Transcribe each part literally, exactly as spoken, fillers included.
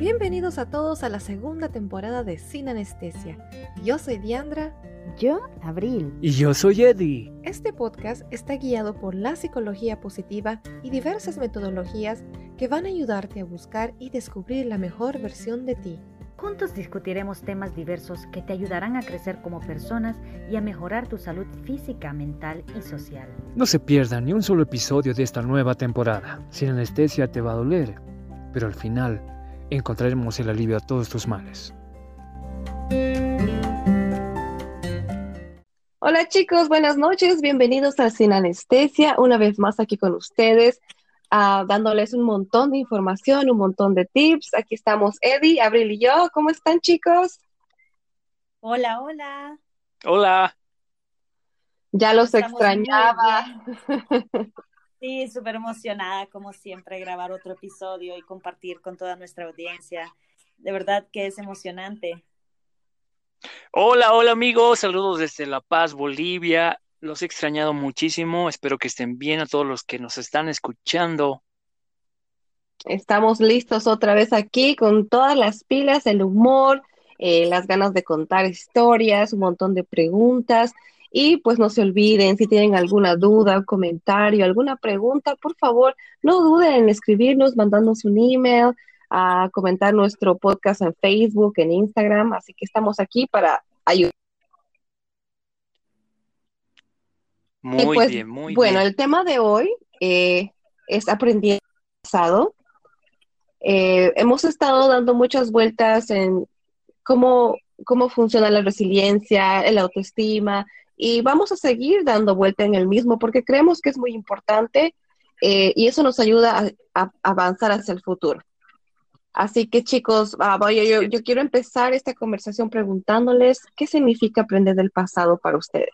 Bienvenidos a todos a la segunda temporada de Sin Anestesia. Yo soy Diandra. Yo, Abril. Y yo soy Eddie. Este podcast está guiado por la psicología positiva y diversas metodologías que van a ayudarte a buscar y descubrir la mejor versión de ti. Juntos discutiremos temas diversos que te ayudarán a crecer como personas y a mejorar tu salud física, mental y social. No se pierdan ni un solo episodio de esta nueva temporada. Sin anestesia te va a doler, pero al final encontraremos el alivio a todos tus males. Hola chicos, buenas noches, bienvenidos a Sin Anestesia, una vez más aquí con ustedes, uh, dándoles un montón de información, un montón de tips. Aquí estamos Eddie, Abril y yo. ¿Cómo están chicos? Hola, hola. Hola. Ya los Estamos extrañaba. Sí, súper emocionada, como siempre, grabar otro episodio y compartir con toda nuestra audiencia. De verdad que es emocionante. Hola, hola amigos, saludos desde La Paz, Bolivia. Los he extrañado muchísimo, espero que estén bien a todos los que nos están escuchando. Estamos listos otra vez aquí con todas las pilas, el humor, eh, las ganas de contar historias, un montón de preguntas. Y pues no se olviden, si tienen alguna duda, comentario, alguna pregunta, por favor, no duden en escribirnos, mandarnos un email, a comentar nuestro podcast en Facebook, en Instagram. Así que estamos aquí para ayudar. Muy y pues, bien, muy bueno, bien. el tema de hoy eh, es aprendiendo del pasado. Eh, hemos estado dando muchas vueltas en cómo, cómo funciona la resiliencia, el autoestima, y vamos a seguir dando vuelta en el mismo porque creemos que es muy importante eh, y eso nos ayuda a, a avanzar hacia el futuro. Así que chicos, ah, voy, yo, yo quiero empezar esta conversación preguntándoles qué significa aprender del pasado para ustedes.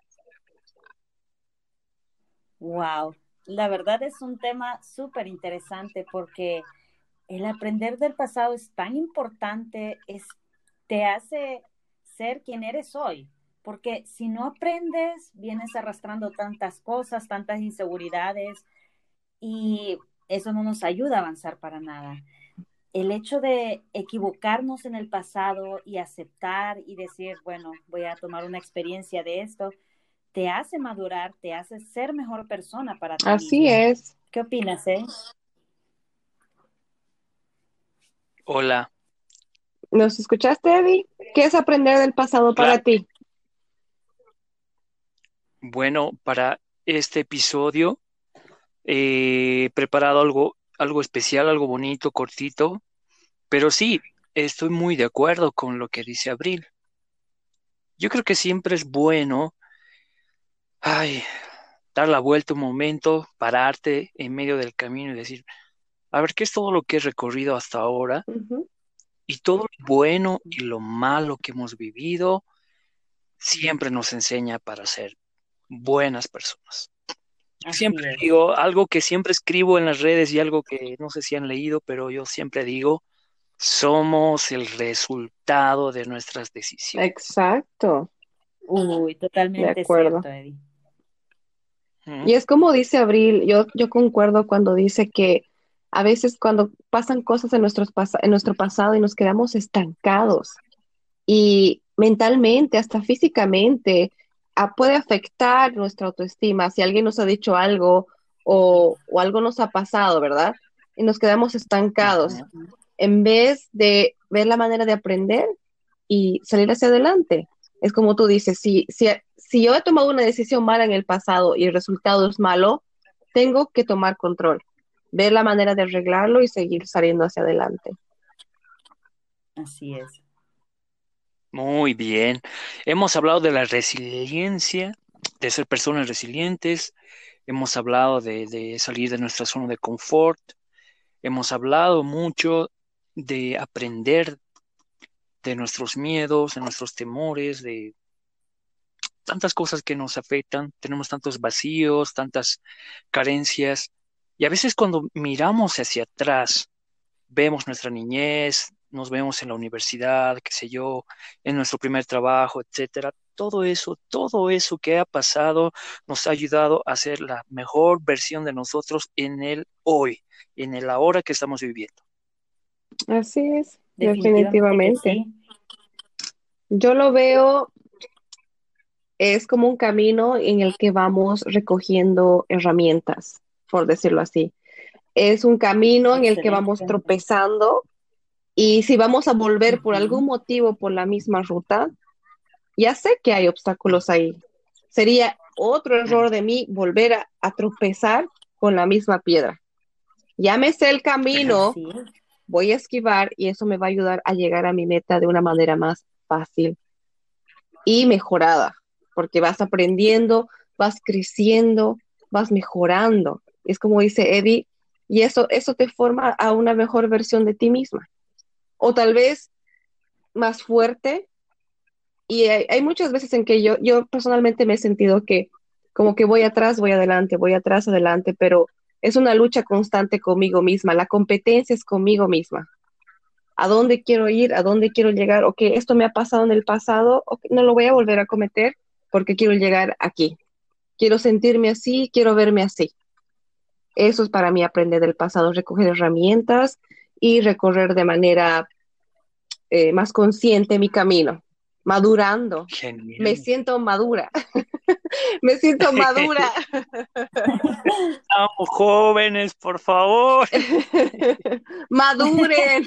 Wow, la verdad es un tema súper interesante porque el aprender del pasado es tan importante, es, te hace ser quien eres hoy. Porque si no aprendes, vienes arrastrando tantas cosas, tantas inseguridades y eso no nos ayuda a avanzar para nada. El hecho de equivocarnos en el pasado y aceptar y decir, bueno, voy a tomar una experiencia de esto, te hace madurar, te hace ser mejor persona para ti Así mismo. es. ¿Qué opinas, eh? Hola. ¿Nos escuchaste, Eddie? ¿Qué es aprender del pasado para Claro. ti? Bueno, para este episodio he preparado algo, algo especial, algo bonito, cortito, pero sí, estoy muy de acuerdo con lo que dice Abril. Yo creo que siempre es bueno, ay, dar la vuelta un momento, pararte en medio del camino y decir, a ver, ¿qué es todo lo que he recorrido hasta ahora? Uh-huh. Y todo lo bueno y lo malo que hemos vivido siempre nos enseña para ser buenas personas. Yo Así siempre es. digo algo que siempre escribo en las redes y algo que no sé si han leído, pero yo siempre digo, somos el resultado de nuestras decisiones. Exacto, Uy, de totalmente acuerdo. cierto, Eddie. ¿Mm? Y es como dice Abril, yo, yo concuerdo cuando dice que a veces cuando pasan cosas en, nuestros pas- en nuestro pasado y nos quedamos estancados y mentalmente, hasta físicamente, ah, puede afectar nuestra autoestima. Si alguien nos ha dicho algo o, o algo nos ha pasado, ¿verdad? Y nos quedamos estancados. Ujú. En vez de ver la manera de aprender y salir hacia adelante. Es como tú dices, si, si, si yo he tomado una decisión mala en el pasado y el resultado es malo, tengo que tomar control, ver la manera de arreglarlo y seguir saliendo hacia adelante. Así es. Muy bien. Hemos hablado de la resiliencia, de ser personas resilientes. Hemos hablado de, de salir de nuestra zona de confort. Hemos hablado mucho de aprender de nuestros miedos, de nuestros temores, de tantas cosas que nos afectan. Tenemos tantos vacíos, tantas carencias. Y a veces cuando miramos hacia atrás, vemos nuestra niñez, nos vemos en la universidad, qué sé yo, en nuestro primer trabajo, etcétera. Todo eso, todo eso que ha pasado nos ha ayudado a ser la mejor versión de nosotros en el hoy, en el ahora que estamos viviendo. Así es, Definitivamente que definitivamente. sí. Yo lo veo, es como un camino en el que vamos recogiendo herramientas, por decirlo así. Es un camino en el que Excelente. vamos tropezando y si vamos a volver por Ujú. algún motivo por la misma ruta, ya sé que hay obstáculos ahí. Sería otro Mm, error de mí volver a, a tropezar con la misma piedra. Ya me sé el camino, Así es. voy a esquivar y eso me va a ayudar a llegar a mi meta de una manera más fácil y mejorada, porque vas aprendiendo, vas creciendo, vas mejorando. Es como dice Eddie, y eso, eso te forma a una mejor versión de ti misma. O tal vez más fuerte. Y hay, hay muchas veces en que yo, yo personalmente me he sentido que como que voy atrás, voy adelante, voy atrás, adelante, pero es una lucha constante conmigo misma. La competencia es conmigo misma. ¿A dónde quiero ir? ¿A dónde quiero llegar? Ok, esto me ha pasado en el pasado, ok, no lo voy a volver a cometer porque quiero llegar aquí. Quiero sentirme así, quiero verme así. Eso es para mí aprender del pasado, recoger herramientas y recorrer de manera eh, más consciente mi camino, madurando. Me genial. siento madura, me siento madura. Estamos jóvenes, por favor. Maduren.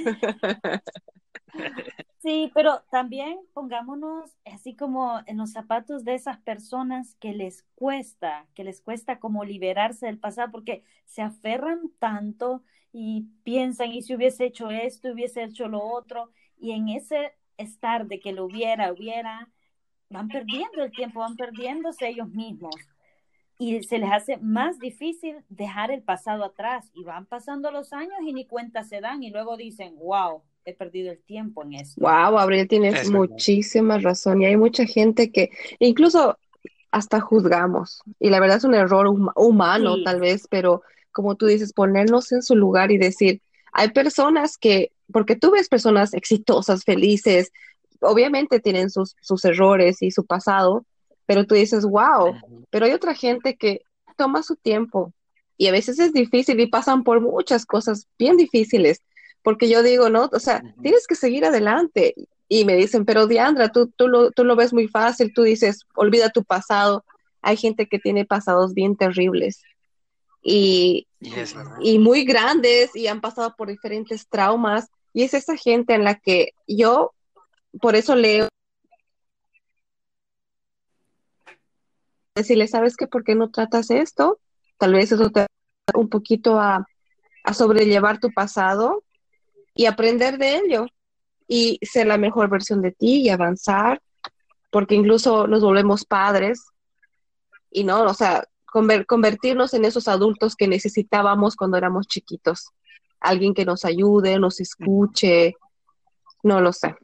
Sí, pero también pongámonos así como en los zapatos de esas personas que les cuesta, que les cuesta como liberarse del pasado porque se aferran tanto y piensan, y si hubiese hecho esto, hubiese hecho lo otro, y en ese estar de que lo hubiera, hubiera, van perdiendo el tiempo, van perdiéndose ellos mismos y se les hace más difícil dejar el pasado atrás y van pasando los años y ni cuenta se dan y luego dicen, wow, he perdido el tiempo en esto. Wow, Abril, tienes Es verdad. muchísima razón. Y hay mucha gente que incluso hasta juzgamos. Y la verdad es un error hum- humano, Sí, tal vez, pero como tú dices, ponernos en su lugar y decir, hay personas que, porque tú ves personas exitosas, felices, obviamente tienen sus, sus errores y su pasado, pero tú dices, wow, Ujú, pero hay otra gente que toma su tiempo y a veces es difícil y pasan por muchas cosas bien difíciles, porque yo digo, no, o sea, ujú. tienes que seguir adelante. Y me dicen, pero Diandra, tú, tú lo, tú lo ves muy fácil, tú dices, olvida tu pasado. Hay gente que tiene pasados bien terribles y, Y es verdad. y muy grandes y han pasado por diferentes traumas. Y es esa gente en la que yo, por eso leo, decirle, ¿sabes qué? ¿Por qué no tratas esto? Tal vez eso te ayuda un poquito a, a sobrellevar tu pasado y aprender de ello y ser la mejor versión de ti y avanzar, porque incluso nos volvemos padres y no, o sea, conver- convertirnos en esos adultos que necesitábamos cuando éramos chiquitos. Alguien que nos ayude, nos Ujú, escuche, no lo sé.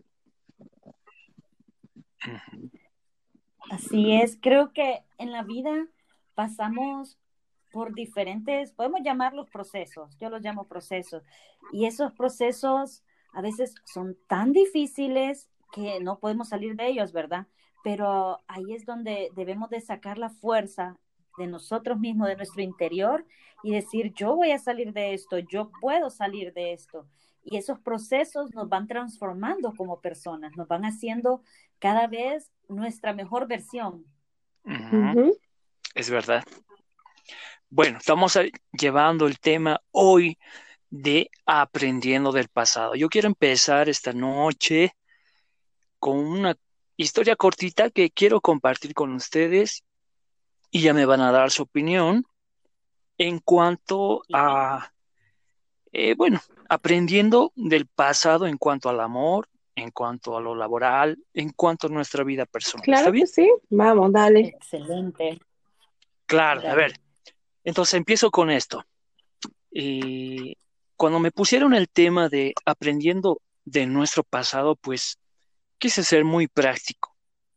ujú. así es. Creo que en la vida pasamos por diferentes, podemos llamarlos procesos, yo los llamo procesos, y esos procesos a veces son tan difíciles que no podemos salir de ellos, ¿verdad? Pero ahí es donde debemos de sacar la fuerza de nosotros mismos, de nuestro interior, y decir, yo voy a salir de esto, yo puedo salir de esto. Y esos procesos nos van transformando como personas, nos van haciendo cada vez nuestra mejor versión. Ujú, Ujú. es verdad. Bueno, estamos a- llevando el tema hoy de aprendiendo del pasado. Yo quiero empezar esta noche con una historia cortita que quiero compartir con ustedes y ya me van a dar su opinión en cuanto Bien. a, eh, bueno, aprendiendo del pasado en cuanto al amor, en cuanto a lo laboral, en cuanto a nuestra vida personal. ¿Está Claro que bien? sí, vamos, dale. Excelente, Claro, a ver, dale. entonces empiezo con esto. Eh, Cuando me pusieron el tema de aprendiendo de nuestro pasado, pues quise ser muy práctico.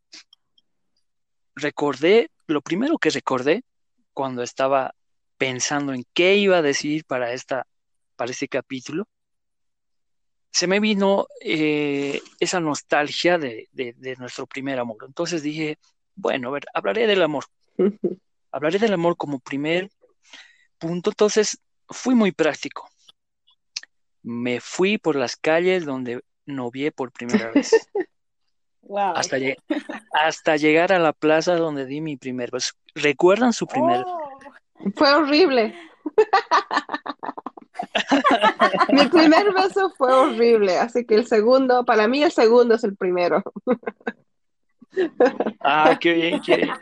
Recordé, lo primero que recordé cuando estaba pensando en qué iba a decir para esta, para este capítulo, se me vino eh, esa nostalgia de, de, de nuestro primer amor. Entonces dije, bueno, a ver, hablaré del amor. Hablaré del amor como primer punto. Entonces fui muy práctico. me fui por las calles donde novié por primera vez, Wow. hasta, lle- hasta llegar a la plaza donde di mi primer beso. ¿Recuerdan su primer? Oh, Fue horrible. Mi primer beso fue horrible, así que el segundo, para mí el segundo es el primero. Ah, qué bien, qué bien.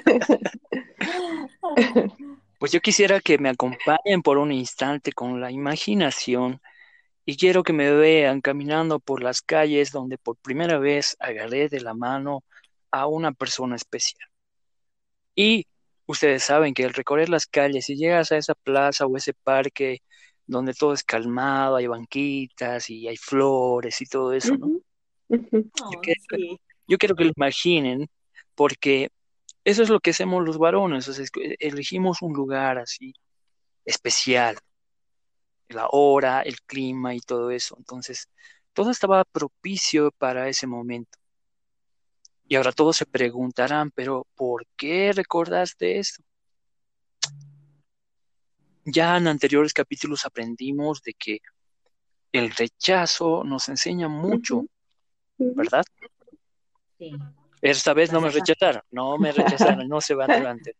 Pues yo quisiera que me acompañen por un instante con la imaginación y quiero que me vean caminando por las calles donde por primera vez agarré de la mano a una persona especial. Y ustedes saben que al recorrer las calles, si llegas a esa plaza o ese parque donde todo es calmado, hay banquitas y hay flores y todo eso, ¿no? Ujú, ujú. Yo oh, quiero, sí. yo quiero que lo imaginen porque eso es lo que hacemos los varones, o sea, es que elegimos un lugar así especial, la hora, el clima y todo eso. Entonces, todo estaba propicio para ese momento. Y ahora todos se preguntarán, pero ¿por qué recordaste esto? Ya en anteriores capítulos aprendimos de que el rechazo nos enseña mucho, Ujú, ujú. ¿verdad? Sí, Esta vez no me bastante. rechazaron, no me rechazaron, no se van adelante.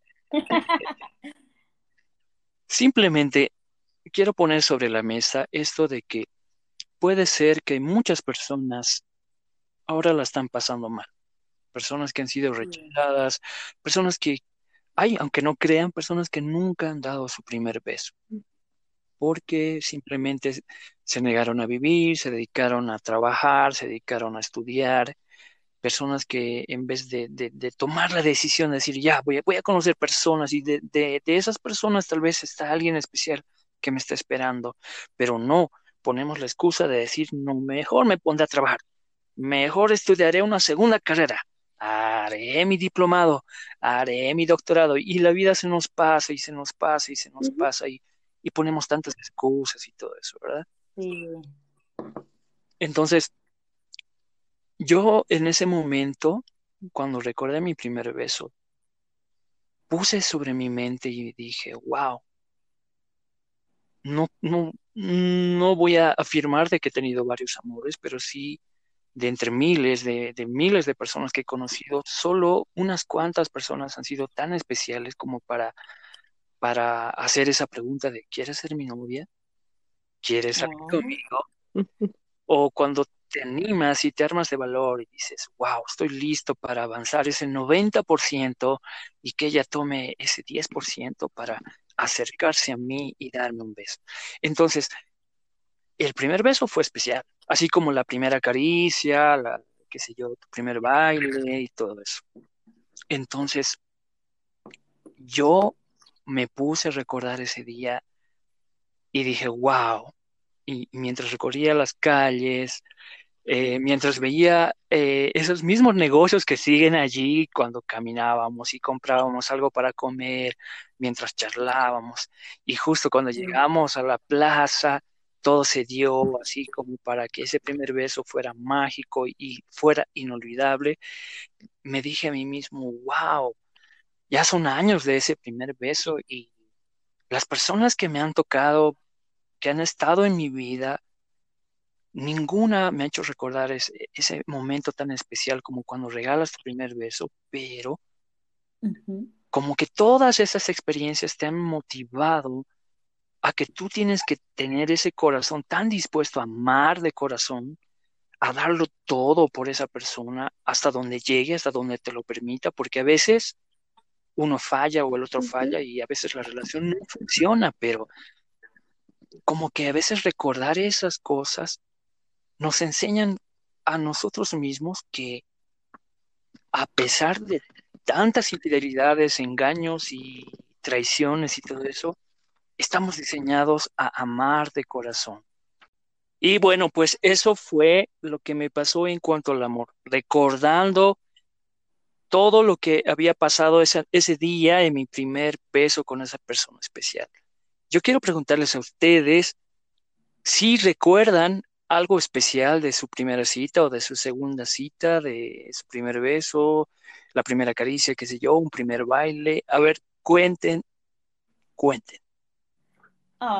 Simplemente quiero poner sobre la mesa esto de que puede ser que muchas personas ahora la están pasando mal. Personas que han sido Sí. rechazadas, personas que hay, aunque no crean, personas que nunca han dado su primer beso, porque simplemente se negaron a vivir, se dedicaron a trabajar, se dedicaron a estudiar, personas que en vez de, de- de tomar la decisión de decir, ya, voy a, voy a conocer personas y de, de, de esas personas tal vez está alguien especial que me está esperando, pero no, ponemos la excusa de decir, no, mejor me pondré a trabajar, mejor estudiaré una segunda carrera, haré mi diplomado, haré mi doctorado y la vida se nos pasa y se nos pasa y se nos Ujú. pasa y, y ponemos tantas excusas y todo eso, ¿verdad? Sí. Entonces, yo en ese momento, cuando recordé mi primer beso, puse sobre mi mente y dije, wow, no, no, no voy a afirmar de que he tenido varios amores, pero sí de entre miles, de, de miles de personas que he conocido, solo unas cuantas personas han sido tan especiales como para, para hacer esa pregunta de, ¿quieres ser mi novia? ¿Quieres salir Oh, conmigo? O cuando te animas y te armas de valor y dices, wow, estoy listo para avanzar ese noventa por ciento y que ella tome ese diez por ciento para acercarse a mí y darme un beso. Entonces, el primer beso fue especial, así como la primera caricia, la, qué sé yo, tu primer baile y todo eso. Entonces, yo me puse a recordar ese día y dije, wow. Y, y mientras recorría las calles, eh, mientras veía eh, esos mismos negocios que siguen allí cuando caminábamos y comprábamos algo para comer, mientras charlábamos, y justo cuando sí. llegamos a la plaza, todo se dio así como para que ese primer beso fuera mágico y fuera inolvidable. Me dije a mí mismo, wow, ya son años de ese primer beso y las personas que me han tocado, que han estado en mi vida, ninguna me ha hecho recordar ese, ese momento tan especial como cuando regalas tu primer beso, pero Ujú. como que todas esas experiencias te han motivado a que tú tienes que tener ese corazón tan dispuesto a amar de corazón, a darlo todo por esa persona hasta donde llegue, hasta donde te lo permita, porque a veces uno falla o el otro Ujú. falla y a veces la relación no funciona, pero como que a veces recordar esas cosas nos enseñan a nosotros mismos que a pesar de tantas infidelidades, engaños y traiciones y todo eso, estamos diseñados a amar de corazón. Y bueno, pues eso fue lo que me pasó en cuanto al amor, recordando todo lo que había pasado ese, ese día en mi primer beso con esa persona especial. Yo quiero preguntarles a ustedes si recuerdan algo especial de su primera cita o de su segunda cita, de su primer beso, la primera caricia, qué sé yo, un primer baile. A ver, cuenten, cuenten. Ay,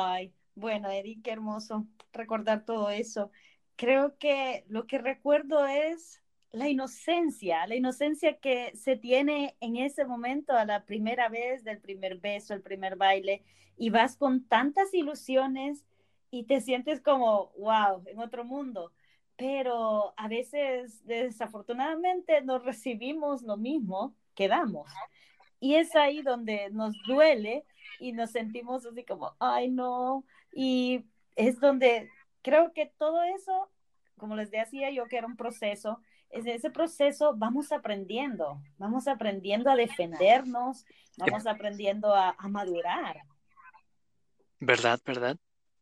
Bueno, Eddie, qué hermoso recordar todo eso. Creo que lo que recuerdo es la inocencia, la inocencia que se tiene en ese momento, a la primera vez del primer beso, el primer baile, y vas con tantas ilusiones y te sientes como, wow, en otro mundo. Pero a veces, desafortunadamente, no recibimos lo mismo que damos. Y es ahí donde nos duele y nos sentimos así como, ay, no. Y es donde creo que todo eso, como les decía yo, que era un proceso, en ese proceso vamos aprendiendo, vamos aprendiendo a defendernos, vamos aprendiendo a, a madurar. ¿Verdad, verdad?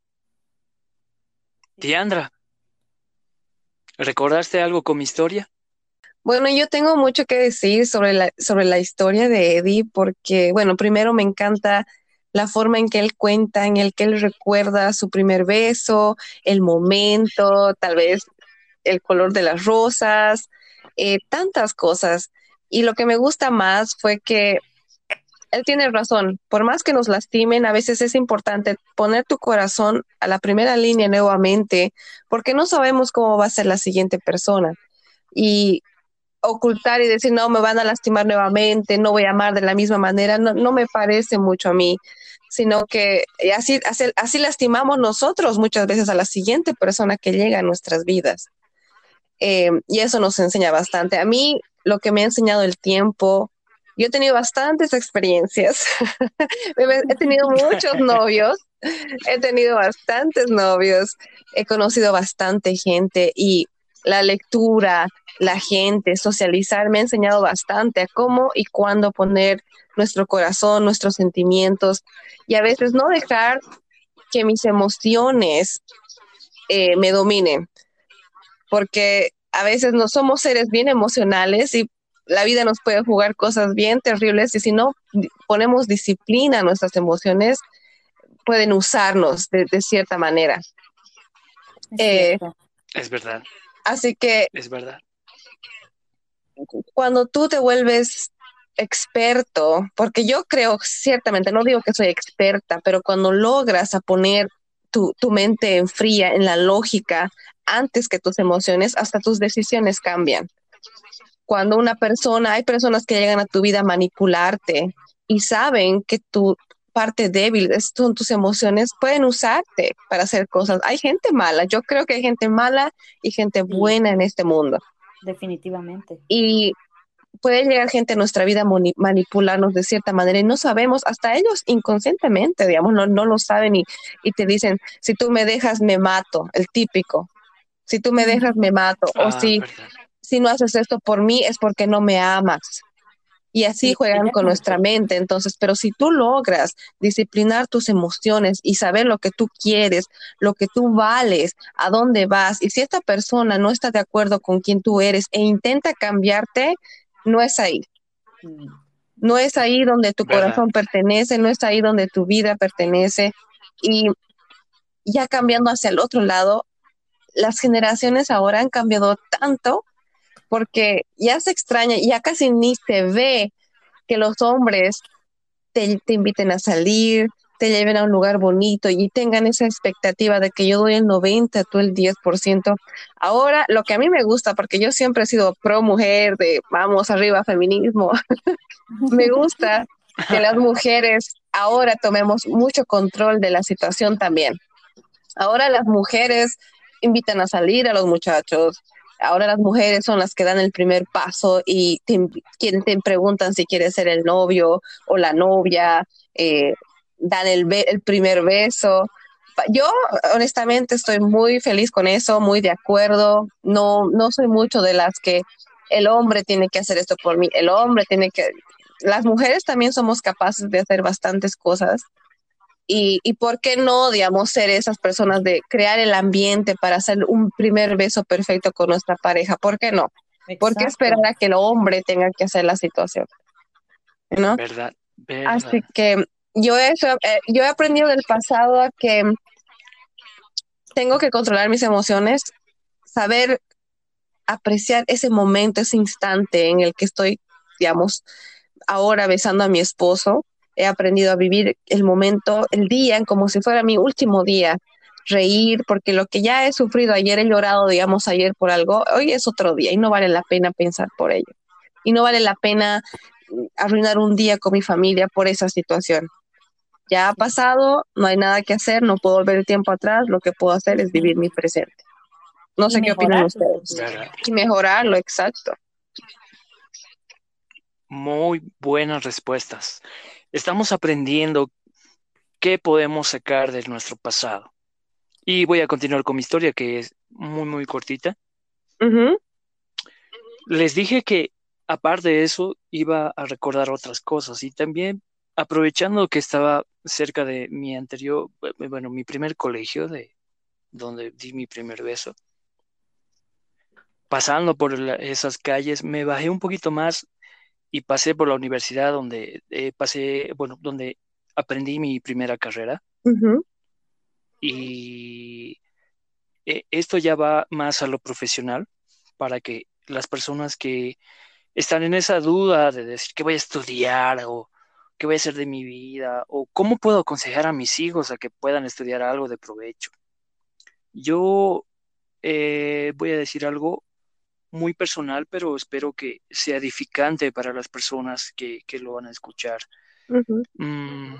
Sí. Tiandra, ¿recordaste algo con mi historia? Bueno, yo tengo mucho que decir sobre la, sobre la historia de Eddie, porque, bueno, primero me encanta la forma en que él cuenta, en el que él recuerda su primer beso, el momento, tal vez el color de las rosas, eh, tantas cosas. Y lo que me gusta más fue que él tiene razón. Por más que nos lastimen, a veces es importante poner tu corazón a la primera línea nuevamente, porque no sabemos cómo va a ser la siguiente persona. Y ocultar y decir, no, me van a lastimar nuevamente, no voy a amar de la misma manera, no, no me parece mucho a mí, sino que así, así, así lastimamos nosotros muchas veces a la siguiente persona que llega a nuestras vidas. Eh, y eso nos enseña bastante. A mí, lo que me ha enseñado el tiempo, yo he tenido bastantes experiencias, he tenido muchos novios, he tenido bastantes novios, he conocido bastante gente y la lectura, la gente, socializar me ha enseñado bastante a cómo y cuándo poner nuestro corazón, nuestros sentimientos y a veces no dejar que mis emociones eh, me dominen, porque a veces no somos seres bien emocionales y la vida nos puede jugar cosas bien terribles y si no ponemos disciplina a nuestras emociones, pueden usarnos de, de cierta manera. Es Eh, cierto. Es verdad, así que es verdad. cuando tú te vuelves experto, porque yo creo ciertamente, no digo que soy experta, pero cuando logras a poner tu, tu mente en fría, en la lógica, antes que tus emociones, hasta tus decisiones cambian. Cuando una persona, hay personas que llegan a tu vida a manipularte y saben que tu parte débil es- son tus emociones, pueden usarte para hacer cosas. Hay gente mala, yo creo que hay gente mala y gente Sí, buena en este mundo. definitivamente. Y puede llegar gente a nuestra vida a moni- manipularnos de cierta manera y no sabemos, hasta ellos inconscientemente, digamos, no, no lo saben y, y te dicen, si tú me dejas, me mato, el típico, si tú me dejas, me mato, o Ah, si, verdad. si no haces esto por mí es porque no me amas. Y así Sí, juegan con nuestra totalmente. mente. Entonces, pero si tú logras disciplinar tus emociones y saber lo que tú quieres, lo que tú vales, a dónde vas, y si esta persona no está de acuerdo con quien tú eres e intenta cambiarte, no es ahí. Mm. No es ahí donde tu Verdad. corazón pertenece, no es ahí donde tu vida pertenece. Y ya cambiando hacia el otro lado, las generaciones ahora han cambiado tanto porque ya se extraña, ya casi ni se ve que los hombres te, te inviten a salir, te lleven a un lugar bonito y tengan esa expectativa de que yo doy el noventa, tú el diez por ciento. Ahora, lo que a mí me gusta, porque yo siempre he sido pro mujer, de vamos arriba, feminismo, me gusta que las mujeres ahora tomemos mucho control de la situación también. Ahora las mujeres invitan a salir a los muchachos. Ahora las mujeres son las que dan el primer paso y te, quien te preguntan si quieres ser el novio o la novia, eh, dan el, be el primer beso. Yo honestamente estoy muy feliz con eso, muy de acuerdo. No, no soy mucho de las que el hombre tiene que hacer esto por mí, el hombre tiene que... Las mujeres también somos capaces de hacer bastantes cosas y, y por qué no, digamos, ser esas personas de crear el ambiente para hacer un primer beso perfecto con nuestra pareja. ¿Por qué no? ¿Por qué esperar Exacto. a que el hombre tenga que hacer la situación? ¿No? Verdad, Así verdad. que yo, eso, eh, yo he aprendido del pasado a que tengo que controlar mis emociones, saber apreciar ese momento, ese instante en el que estoy, digamos, ahora besando a mi esposo. he aprendido a vivir el momento, el día, como si fuera mi último día, reír, porque lo que ya he sufrido ayer, he llorado, digamos, ayer por algo, hoy es otro día y no vale la pena pensar por ello. Y no vale la pena arruinar un día con mi familia por esa situación. Ya ha pasado, no hay nada que hacer, no puedo volver el tiempo atrás, lo que puedo hacer es vivir mi presente. No Y sé qué opinan mejorar tu ustedes. futuro. ¿Verdad? Y mejorarlo, exacto. Muy buenas respuestas. Estamos aprendiendo qué podemos sacar de nuestro pasado. Y voy a continuar con mi historia, que es muy, muy cortita. Ujú, Les dije que aparte de eso iba a recordar otras cosas y también aprovechando que estaba cerca de mi anterior, bu- bueno, mi primer colegio, de donde di mi primer beso, pasando por la- esas calles, me bajé un poquito más y pasé por la universidad donde eh, pasé, bueno, donde aprendí mi primera carrera. ujú, Y eh, esto ya va más a lo profesional para que las personas que están en esa duda de decir qué voy a estudiar o qué voy a hacer de mi vida o cómo puedo aconsejar a mis hijos a que puedan estudiar algo de provecho. Yo eh, voy a decir algo muy personal, pero espero que sea edificante para las personas que, que lo van a escuchar. ujú, Mm,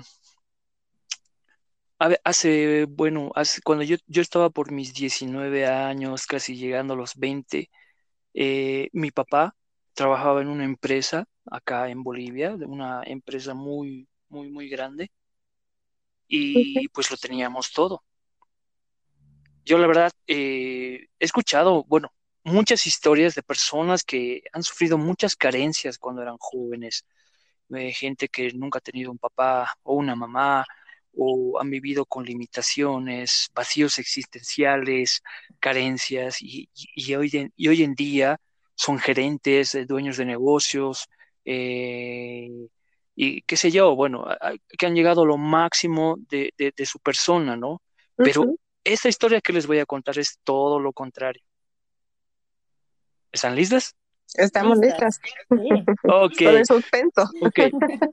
a ve- hace, bueno, hace, cuando yo, yo estaba por mis diecinueve años, casi llegando a los veinte, eh, mi papá trabajaba en una empresa acá en Bolivia, de una empresa muy, muy, muy grande, ujú, y pues lo teníamos todo. Yo la verdad eh, he escuchado, bueno, muchas historias de personas que han sufrido muchas carencias cuando eran jóvenes, eh, gente que nunca ha tenido un papá o una mamá, o han vivido con limitaciones, vacíos existenciales, carencias, y, y- y hoy, en, y hoy en día son gerentes, eh, dueños de negocios, eh, y qué sé yo, bueno, a- a- que han llegado a lo máximo de, de de su persona, ¿no? Pero ujú. esta historia que les voy a contar es todo lo contrario. ¿Están listas? Estamos Listas. listas. Sí. Ok, Con el suspenso. ok,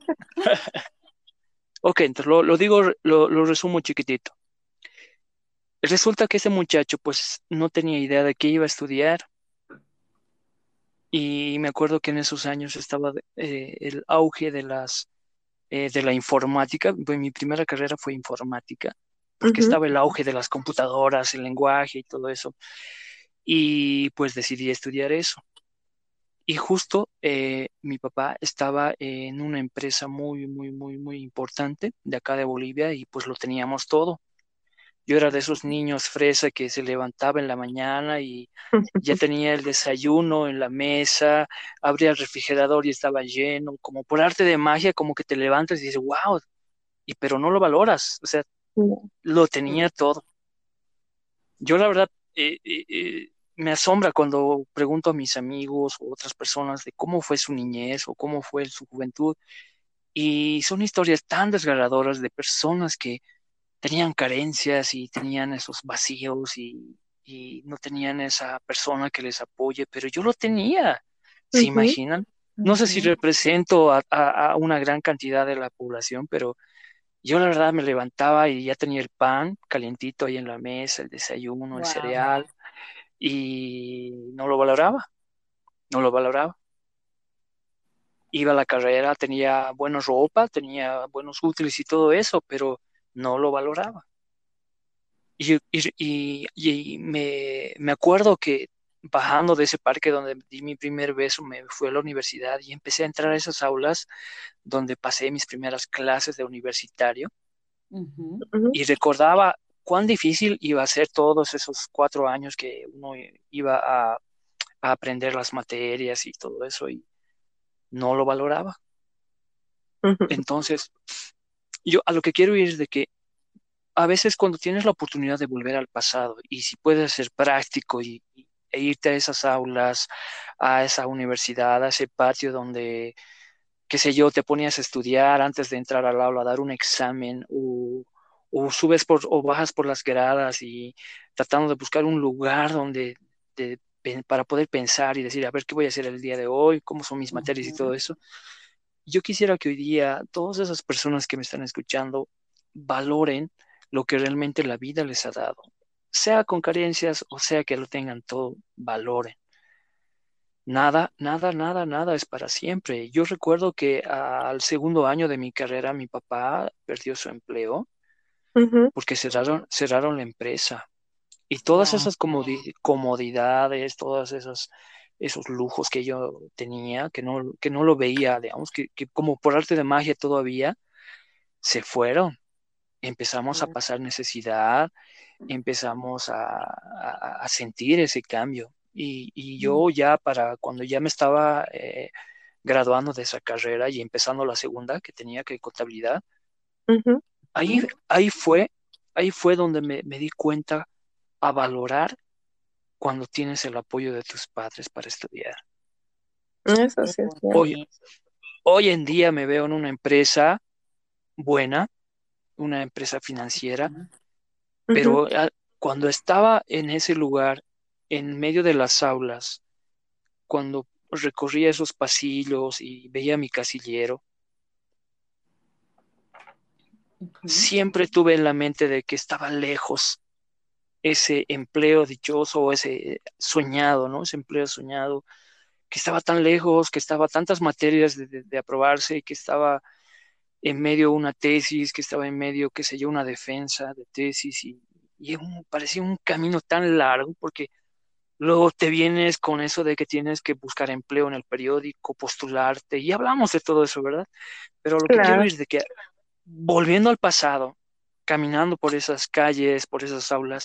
ok, entonces lo, lo digo, lo, lo resumo chiquitito. Resulta que ese muchacho pues no tenía idea de qué iba a estudiar y me acuerdo que en esos años estaba eh, el auge de las eh, de la informática. Pues, mi primera carrera fue informática porque Ujú, estaba el auge de las computadoras, el lenguaje y todo eso. Y pues decidí estudiar eso. Y justo eh, mi papá estaba en una empresa muy, muy, muy, muy importante de acá de Bolivia y pues lo teníamos todo. Yo era de esos niños fresa que se levantaba en la mañana y ya tenía el desayuno en la mesa, abría el refrigerador y estaba lleno, como por arte de magia, como que te levantas y dices, wow, y pero no lo valoras, o sea, ujú, lo tenía todo. Yo la verdad eh, eh, eh, me asombra cuando pregunto a mis amigos o otras personas de cómo fue su niñez o cómo fue su juventud y son historias tan desgarradoras de personas que tenían carencias y tenían esos vacíos y, y no tenían esa persona que les apoye, pero yo lo tenía, ¿se ujú, imaginan? No sé si Ujú. represento a, a- a una gran cantidad de la población, pero yo la verdad me levantaba y ya tenía el pan calientito ahí en la mesa, el desayuno, el Wow. cereal, y no lo valoraba, no lo valoraba. Iba a la carrera, tenía buena ropa, tenía buenos útiles y todo eso, pero no lo valoraba. Y, y- y- y me, me acuerdo que bajando de ese parque donde di mi primer beso, me fui a la universidad y empecé a entrar a esas aulas donde pasé mis primeras clases de universitario Ujú. ujú, y recordaba cuán difícil iba a ser todos esos cuatro años que uno iba a, a aprender las materias y todo eso y no lo valoraba. ujú. Entonces, yo a lo que quiero ir es de que a veces cuando tienes la oportunidad de volver al pasado y si puedes ser práctico y, y- e irte a esas aulas, a esa universidad, a ese patio donde, qué sé yo, te ponías a estudiar antes de entrar al aula, a dar un examen o, o subes por o bajas por las gradas y tratando de buscar un lugar donde de- pe- para poder pensar y decir, a ver, ¿qué voy a hacer el día de hoy? ¿Cómo son mis materias y todo Ujú. eso? yo quisiera que hoy día todas esas personas que me están escuchando valoren lo que realmente la vida les ha dado, sea con carencias o sea que lo tengan todo, valoren. Nada, nada, nada, nada es para siempre. Yo recuerdo que al segundo año de mi carrera mi papá perdió su empleo Ujú, porque cerraron, cerraron la empresa. Y todas Wow. esas comodi- comodidades, todos esos, esos lujos que yo tenía, que no, que no lo veía, digamos, que, que como por arte de magia todavía, se fueron. Empezamos a pasar necesidad, empezamos a, a- a sentir ese cambio. Y, y yo ya para cuando ya me estaba eh, graduando de esa carrera y empezando la segunda que tenía que contabilidad, ujú. ahí, ahí fue, ahí fue donde me, me di cuenta a valorar cuando tienes el apoyo de tus padres para estudiar. Eso Qué sí es cierto. Hoy, bonito. hoy en día me veo en una empresa buena, una empresa financiera, Ujú. pero ah, cuando estaba en ese lugar, en medio de las aulas, cuando recorría esos pasillos y veía mi casillero, Ujú. siempre tuve en la mente de que estaba lejos ese empleo dichoso o ese soñado, ¿no? Ese empleo soñado, que estaba tan lejos, que estaba tantas materias de, de- de aprobarse y que estaba en medio una tesis, que estaba en medio, qué sé yo, una defensa de tesis y, y un- parecía un camino tan largo porque luego te vienes con eso de que tienes que buscar empleo en el periódico, postularte y hablamos de todo eso, ¿verdad? Pero lo que quiero Claro. es de que volviendo al pasado, caminando por esas calles, por esas aulas,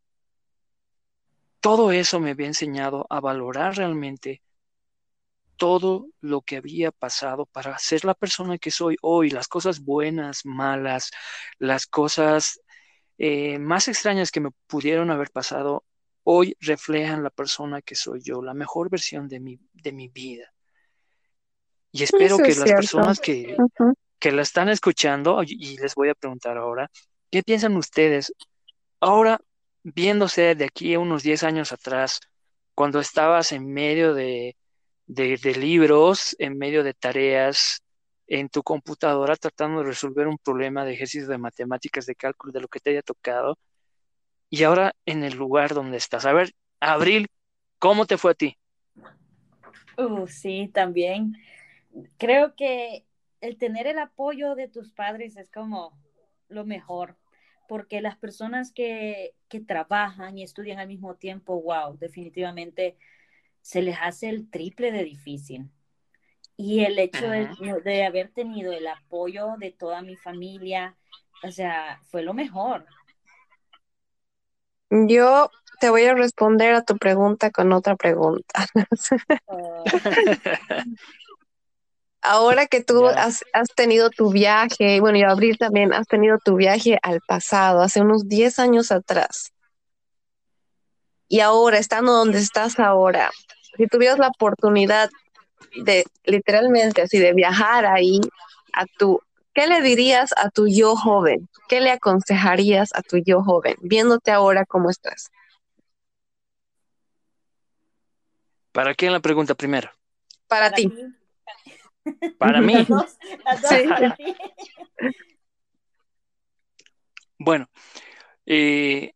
todo eso me había enseñado a valorar realmente todo lo que había pasado para ser la persona que soy hoy, las cosas buenas, malas, las cosas eh, más extrañas que me pudieron haber pasado, hoy reflejan la persona que soy yo, la mejor versión de mi, de mi vida. Y espero Eso que es las cierto. personas que, Ujú. que la están escuchando, y y les voy a preguntar ahora, ¿qué piensan ustedes ahora, viéndose de aquí a unos diez años atrás, cuando estabas en medio de, de, de libros, en medio de tareas, en tu computadora, tratando de resolver un problema de ejercicio de matemáticas, de cálculo, de lo que te haya tocado, y ahora en el lugar donde estás? A ver, Abril, ¿cómo te fue a ti? Uh, sí, también. Creo que el tener el apoyo de tus padres es como lo mejor, porque las personas que, que trabajan y estudian al mismo tiempo, wow, definitivamente se les hace el triple de difícil. Y el hecho de, Ujú. de haber tenido el apoyo de toda mi familia, o sea, fue lo mejor. Yo te voy a responder a tu pregunta con otra pregunta. Uh, Ahora que tú Ya. has, has tenido tu viaje, bueno, y Abril también has tenido tu viaje al pasado, hace unos diez años atrás, y ahora estando donde estás ahora, si tuvieras la oportunidad de literalmente así de viajar ahí a tu, ¿qué le dirías a tu yo joven? ¿Qué le aconsejarías a tu yo joven, viéndote ahora cómo estás? ¿Para quién la pregunta primero? Para para ti. ti, Para Ujú. las mí. dos, las dos Sí, para ti. Bueno, eh,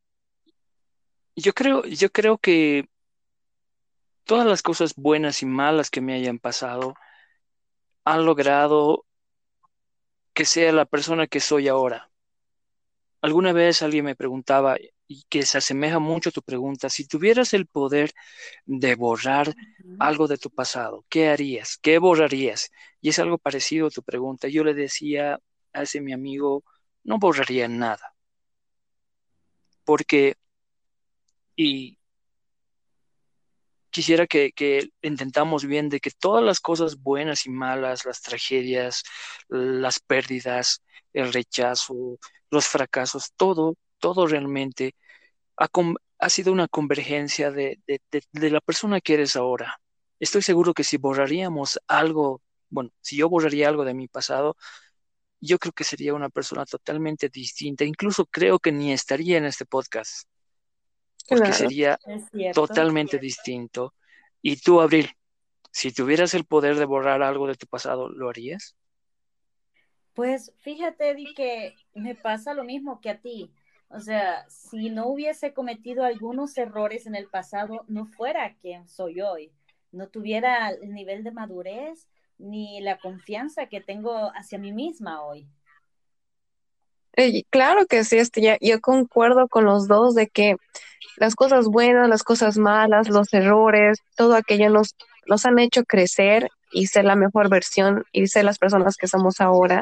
yo creo, yo creo que todas las cosas buenas y malas que me hayan pasado han logrado que sea la persona que soy ahora. Alguna vez alguien me preguntaba, y que se asemeja mucho a tu pregunta, si tuvieras el poder de borrar algo de tu pasado, ¿qué harías? ¿Qué borrarías? Y es algo parecido a tu pregunta. Yo le decía a ese mi amigo, no borraría nada, porque, y quisiera que, que intentamos bien de que todas las cosas buenas y malas, las tragedias, las pérdidas, el rechazo, los fracasos, todo, todo realmente ha, com- ha sido una convergencia de, de, de, de la persona que eres ahora. Estoy seguro que si borraríamos algo, bueno, si yo borraría algo de mi pasado, yo creo que sería una persona totalmente distinta. Incluso creo que ni estaría en este podcast, porque claro. sería Es cierto. totalmente distinto. ¿Y tú, Abril? Si tuvieras el poder de borrar algo de tu pasado, ¿lo harías? Pues fíjate, Eddie, que me pasa lo mismo que a ti. O sea, si no hubiese cometido algunos errores en el pasado, no fuera quien soy hoy. No tuviera el nivel de madurez ni la confianza que tengo hacia mí misma hoy. Eh, claro que sí, este, ya- yo concuerdo con los dos de que las cosas buenas, las cosas malas, los errores, todo aquello nos, nos han hecho crecer y ser la mejor versión y ser las personas que somos ahora.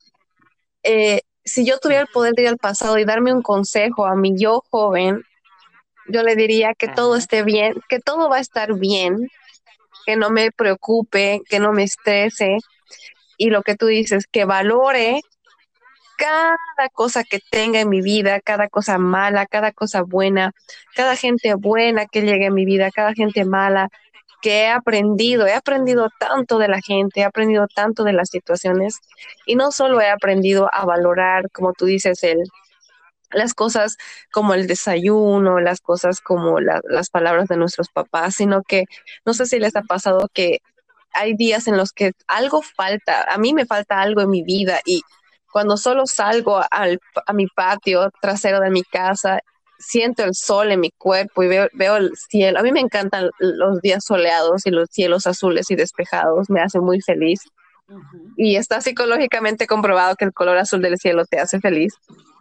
Eh, si yo tuviera el poder de ir al pasado y darme un consejo a mi yo joven, yo le diría que todo Ujú. esté bien, que todo va a estar bien, que no me preocupe, que no me estrese y lo que tú dices, que valore cada cosa que tenga en mi vida, cada cosa mala, cada cosa buena, cada gente buena que llegue a mi vida, cada gente mala que he aprendido, he aprendido tanto de la gente, he aprendido tanto de las situaciones y no solo he aprendido a valorar, como tú dices, el, las cosas como el desayuno, las cosas como la- las palabras de nuestros papás, sino que no sé si les ha pasado que hay días en los que algo falta, a mí me falta algo en mi vida y cuando solo salgo al, a mi patio trasero de mi casa, siento el sol en mi cuerpo y veo, veo el cielo. A mí me encantan los días soleados y los cielos azules y despejados, me hace muy feliz. Ujú. Y está psicológicamente comprobado que el color azul del cielo te hace feliz.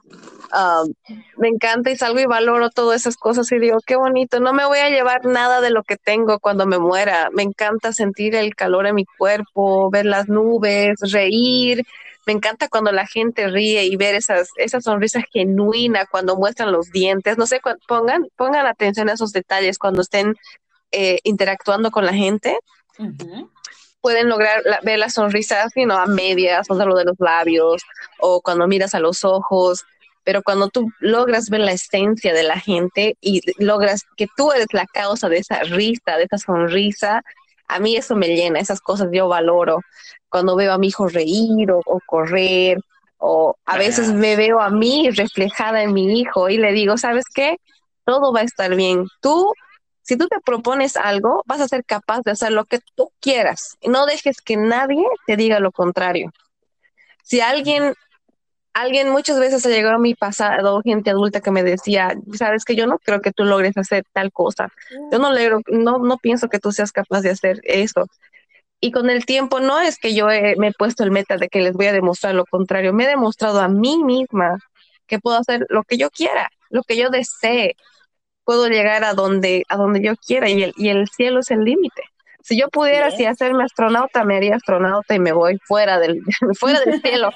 Um, Me encanta y salgo y valoro todas esas cosas y digo, qué bonito, no me voy a llevar nada de lo que tengo cuando me muera. Me encanta sentir el calor en mi cuerpo, ver las nubes, reír. Me encanta cuando la gente ríe y ver esas, esa sonrisa genuina cuando muestran los dientes. No sé, cu- pongan, pongan atención a esos detalles cuando estén eh, interactuando con la gente. Ujú. Pueden lograr la- ver la sonrisa, you know, a medias, o sea, lo de los labios, o cuando miras a los ojos, pero cuando tú logras ver la esencia de la gente y logras que tú eres la causa de esa risa, de esa sonrisa, a mí eso me llena, esas cosas yo valoro. Cuando veo a mi hijo reír o, o correr, o a veces Ah, me veo a mí reflejada en mi hijo y le digo, ¿sabes qué? Todo va a estar bien. Tú si tú te propones algo, vas a ser capaz de hacer lo que tú quieras y no dejes que nadie te diga lo contrario. Si alguien, alguien muchas veces ha llegado a mi pasado, gente adulta que me decía, sabes que yo no creo que tú logres hacer tal cosa. Yo no, logro, no, no pienso que tú seas capaz de hacer eso. Y con el tiempo no es que yo he- me he puesto el meta de que les voy a demostrar lo contrario, me he demostrado a mí misma que puedo hacer lo que yo quiera, lo que yo desee, puedo llegar a donde, a donde yo quiera y el, y el cielo es el límite. Si yo pudiera Así así es. hacerme astronauta, me haría astronauta y me voy fuera del, fuera del cielo.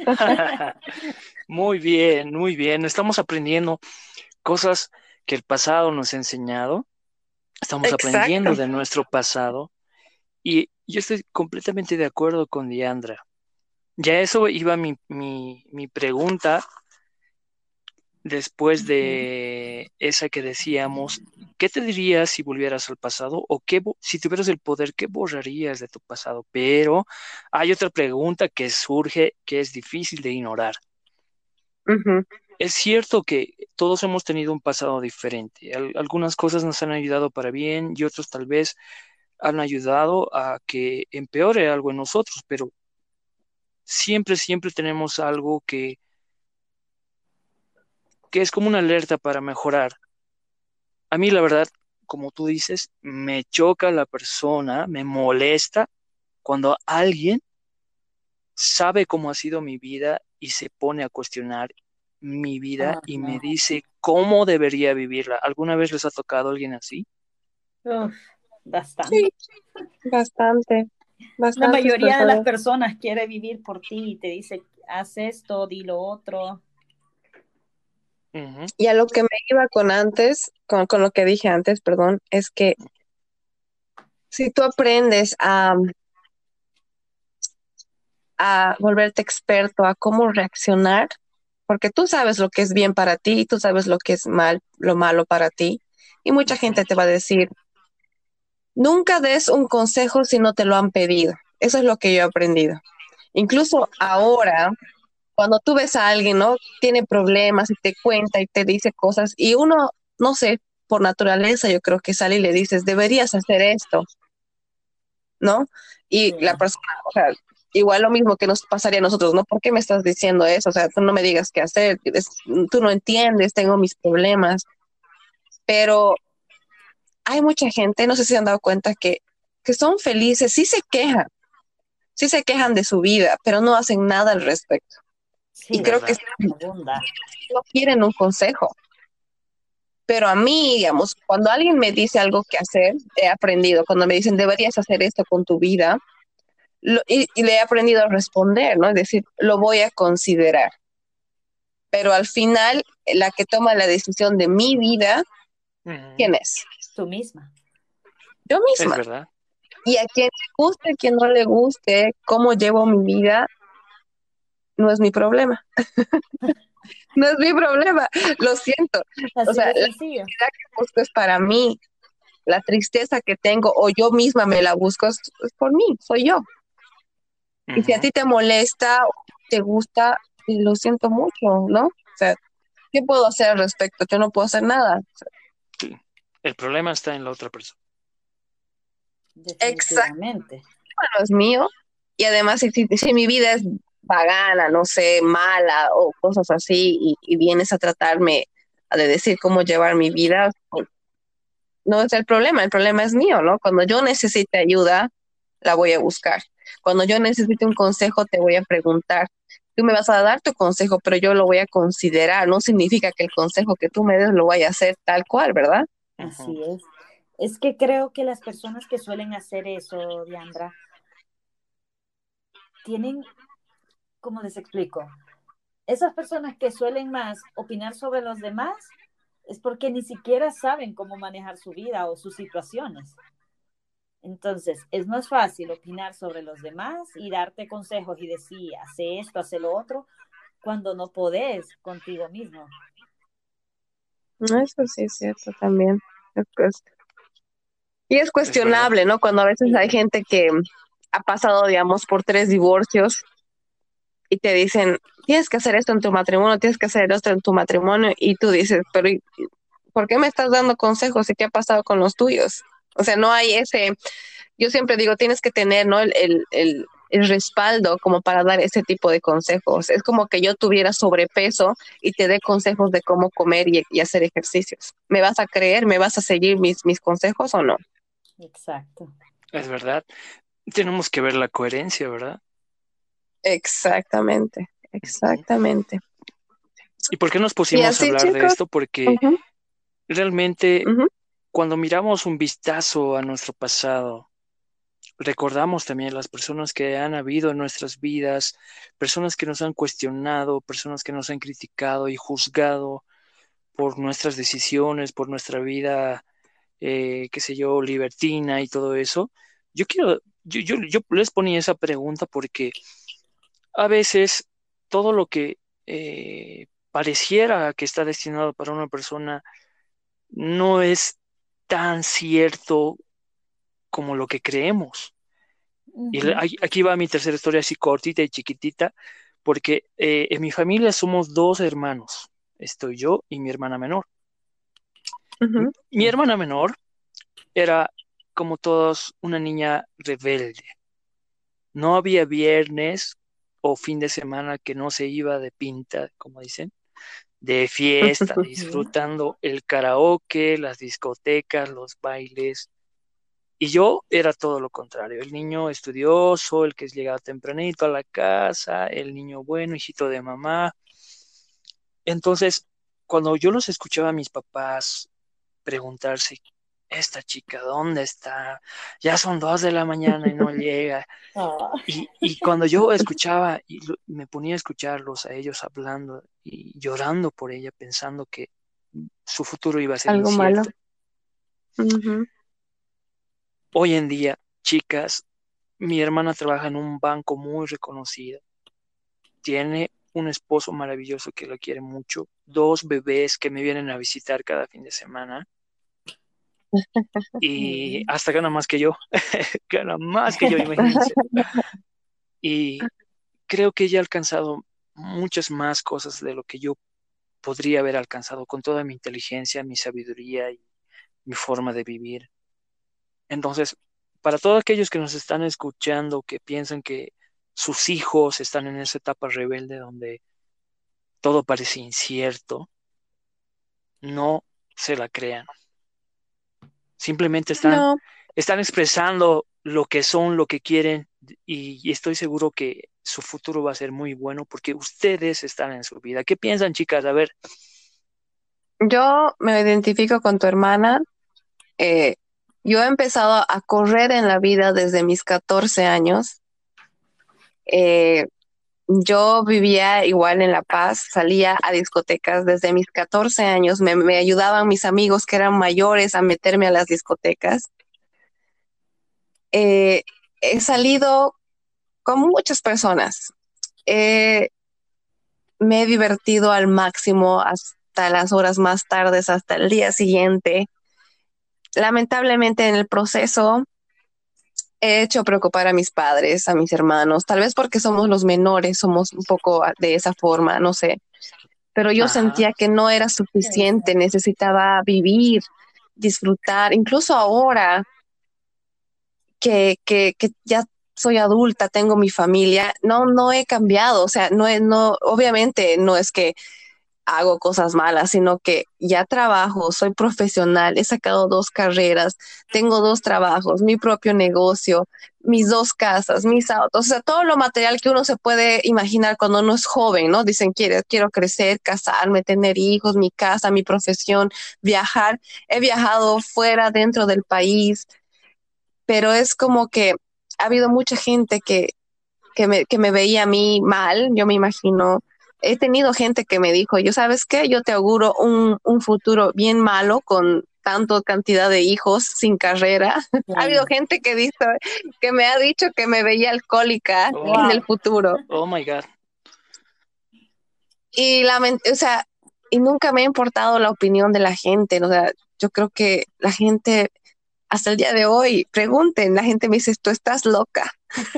muy bien, muy bien. Estamos aprendiendo cosas que el pasado nos ha enseñado. Estamos Exacto. aprendiendo de nuestro pasado y yo estoy completamente de acuerdo con Diandra. Ya eso iba mi, mi, mi pregunta después Ujú. de esa que decíamos. ¿Qué te dirías si volvieras al pasado? ¿O qué, bo- si tuvieras el poder, qué borrarías de tu pasado? Pero hay otra pregunta que surge que es difícil de ignorar. Ujú. Es cierto que todos hemos tenido un pasado diferente. Al- algunas cosas nos han ayudado para bien y otros tal vez han ayudado a que empeore algo en nosotros, pero siempre, siempre tenemos algo que, que es como una alerta para mejorar. A mí, la verdad, como tú dices, me choca la persona, me molesta cuando alguien sabe cómo ha sido mi vida y se pone a cuestionar mi vida y me Ajá. dice cómo debería vivirla. ¿Alguna vez les ha tocado a alguien así? Uf, bastante. Sí, bastante, La bastantes mayoría de las personas. personas quiere vivir por ti y te dice, haz esto, di lo otro. Ujú. Y a lo que me iba con antes, con, con lo que dije antes, perdón, es que si tú aprendes a, a volverte experto, a cómo reaccionar, porque tú sabes lo que es bien para ti, tú sabes lo que es mal, lo malo para ti, y mucha Ujú. gente te va a decir, nunca des un consejo si no te lo han pedido. Eso es lo que yo he aprendido. Incluso ahora, cuando tú ves a alguien, ¿no? Tiene problemas y te cuenta y te dice cosas y uno, no sé, por naturaleza yo creo que sale y le dices, deberías hacer esto. ¿no? Y Sí, la persona, o sea, igual lo mismo que nos pasaría a nosotros, ¿no? ¿Por qué me estás diciendo eso? O sea, tú no me digas qué hacer, es- tú no entiendes, tengo mis problemas, pero hay mucha gente, no sé si se han dado cuenta que, que son felices, sí se quejan, sí se quejan de su vida, pero no hacen nada al respecto. Y sí, creo que ¿verdad? abunda. no quieren un consejo. Pero a mí, digamos, cuando alguien me dice algo que hacer, he aprendido, cuando me dicen, deberías hacer esto con tu vida, lo- y, y le he aprendido a responder, ¿no? Es decir, lo voy a considerar. Pero al final, la que toma la decisión de mi vida, Ujú. ¿quién es? Tú misma. Yo Es misma. verdad. Y a quien le guste, a quien no le guste, cómo llevo mi vida, no es mi problema. No es mi problema. Lo siento. O Así sea, la de sencillo. felicidad que busco es para mí. La tristeza que tengo o yo misma me la busco es, es por mí, soy yo. Y si a Ujú. ti te molesta o te gusta, y lo siento mucho, ¿no? O sea, ¿qué puedo hacer al respecto? Yo no puedo hacer nada. O sea, Sí. El problema está en la otra persona. exacto, Definitivamente. no es mío. Y además, si, si, si mi vida es vagana, no sé, mala o cosas así, y, y vienes a tratarme a de decir cómo llevar mi vida, pues, no es el problema, el problema es mío, ¿no? Cuando yo necesite ayuda, la voy a buscar. Cuando yo necesite un consejo, te voy a preguntar. Tú me vas a dar tu consejo, pero yo lo voy a considerar. No significa que el consejo que tú me des lo vaya a hacer tal cual, ¿verdad? Ujú. Así es. Es que creo que las personas que suelen hacer eso, Diandra, tienen, ¿cómo les explico? Esas personas que suelen más opinar sobre los demás es porque ni siquiera saben cómo manejar su vida o sus situaciones. Entonces, es más fácil opinar sobre los demás y darte consejos y decir, hace esto, hace lo otro, cuando no podés contigo mismo. No, eso sí es cierto también. Es cues- Y es Es verdad. cuestionable, ¿no? Cuando a veces hay Sí, gente que ha pasado, digamos, por tres divorcios y te dicen, tienes que hacer esto en tu matrimonio, tienes que hacer esto en tu matrimonio, y tú dices, pero ¿y ¿por qué me estás dando consejos y qué ha pasado con los tuyos? O sea, no hay ese, yo siempre digo, tienes que tener, ¿no? El, el, el, el respaldo como para dar ese tipo de consejos. Es como que yo tuviera sobrepeso y te dé consejos de cómo comer y, y hacer ejercicios. ¿Me vas a creer? ¿Me vas a seguir mis, mis consejos o no? exacto. Es verdad. Tenemos que ver la coherencia, ¿verdad? Exactamente, Ujú. exactamente. ¿Y por qué nos Y pusimos a así, hablar de chicos. esto? Porque Ujú, realmente ujú, cuando miramos un vistazo a nuestro pasado, recordamos también las personas que han habido en nuestras vidas, personas que nos han cuestionado, personas que nos han criticado y juzgado por nuestras decisiones, por nuestra vida, eh, qué sé yo, libertina y todo eso. Yo quiero, yo, yo, yo les ponía esa pregunta porque a veces todo lo que eh, pareciera que está destinado para una persona no es tan cierto como lo que creemos. Y le- Ujú, aquí aquí va mi tercera historia así cortita y chiquitita, porque eh, en mi familia somos dos hermanos. Estoy yo y mi hermana menor. M- ujú. Mi hermana menor era, como todos, una niña rebelde. No había viernes o fin de semana que no se iba de pinta, como dicen, de fiesta, ujú. disfrutando el karaoke, las discotecas, los bailes. Y yo era todo lo contrario, el niño estudioso, el que llegaba tempranito a la casa, el niño bueno, hijito de mamá. Entonces, cuando yo los escuchaba a mis papás preguntarse, esta chica, ¿dónde está? Ya son dos de la mañana y no llega. Ah, Y, y cuando yo escuchaba y lo- me ponía a escucharlos a ellos hablando y llorando por ella, pensando que su futuro iba a ser Algo malo. incierto. Ujú. Hoy en día, chicas, mi hermana trabaja en un banco muy reconocido. Tiene un esposo maravilloso que la quiere mucho, dos bebés que me vienen a visitar cada fin de semana y mm, hasta gana más que yo, gana más que yo, imagínense. Y creo que ella ha alcanzado muchas más cosas de lo que yo podría haber alcanzado con toda mi inteligencia, mi sabiduría y mi forma de vivir. Entonces, para todos aquellos que nos están escuchando, que piensan que sus hijos están en esa etapa rebelde donde todo parece incierto, no se la crean. Simplemente están, No, están expresando lo que son, lo que quieren, y, y estoy seguro que su futuro va a ser muy bueno porque ustedes están en su vida. ¿Qué piensan, chicas? A ver. yo me identifico con tu hermana. Eh, yo he empezado a correr en la vida desde mis catorce años. Eh, yo vivía igual en La Paz, salía a discotecas desde mis catorce años. Me, me ayudaban mis amigos que eran mayores a meterme a las discotecas. Eh, He salido con muchas personas. Eh, Me he divertido al máximo hasta las horas más tardes, hasta el día siguiente. Lamentablemente en el proceso he hecho preocupar a mis padres, a mis hermanos, tal vez porque somos los menores, somos un poco de esa forma, no sé, pero yo Ajá. sentía que no era Puede ser. suficiente, necesitaba vivir, disfrutar, incluso ahora que, que, que ya soy adulta, tengo mi familia, no, no he cambiado, o sea, no, he- no, obviamente no es que hago cosas malas, sino que ya trabajo, soy profesional, he sacado dos carreras, tengo dos trabajos, mi propio negocio, mis dos casas, mis autos, o sea, todo lo material que uno se puede imaginar cuando uno es joven, ¿no? Dicen, quiero, quiero crecer, casarme, tener hijos, mi casa, mi profesión, viajar. He viajado fuera, dentro del país, pero es como que ha habido mucha gente que que me, que me veía a mí mal, yo me imagino. He tenido gente que me dijo, yo sabes qué, yo te auguro un, un futuro bien malo con tanto cantidad de hijos sin carrera. Ha habido Sí. gente que dice, que me ha dicho que me veía alcohólica en Oh, el Wow. futuro. oh my God. Y lament o sea, y nunca me ha importado la opinión de la gente, ¿no? O sea, yo creo que la gente, hasta el día de hoy, pregunten, la gente me dice, tú estás loca,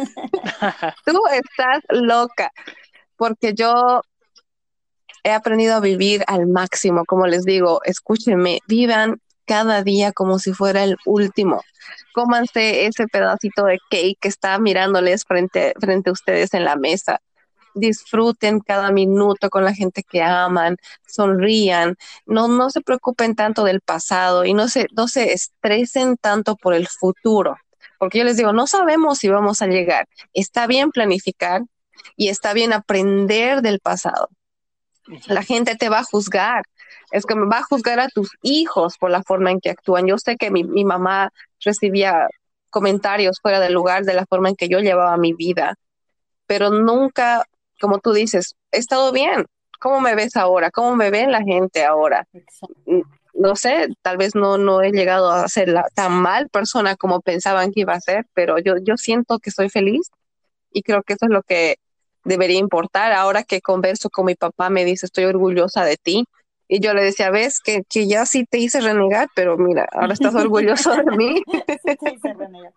tú estás loca, porque yo he aprendido a vivir al máximo, como les digo, escúchenme, vivan cada día como si fuera el último. Cómanse ese pedacito de cake que está mirándoles frente, frente a ustedes en la mesa. Disfruten cada minuto con la gente que aman, sonrían, no, no se preocupen tanto del pasado y no se, no se estresen tanto por el futuro. Porque yo les digo, no sabemos si vamos a llegar. Está bien planificar y está bien aprender del pasado. La gente te va a juzgar, es que me va a juzgar a tus hijos por la forma en que actúan. Yo sé que mi, mi mamá recibía comentarios fuera de lugar de la forma en que yo llevaba mi vida, pero nunca, como tú dices, he estado bien. ¿Cómo me ves ahora? ¿Cómo me ven la gente ahora? Mm, Exacto. No sé, tal vez no, no he llegado a ser la tan mal persona como pensaban que iba a ser, pero yo, yo siento que soy feliz y creo que eso es lo que debería importar. Ahora que converso con mi papá, me dice, estoy orgullosa de ti. Y yo le decía, ves que, que ya sí te hice renegar, pero mira, ahora estás orgulloso de mí. Sí te hice renegar.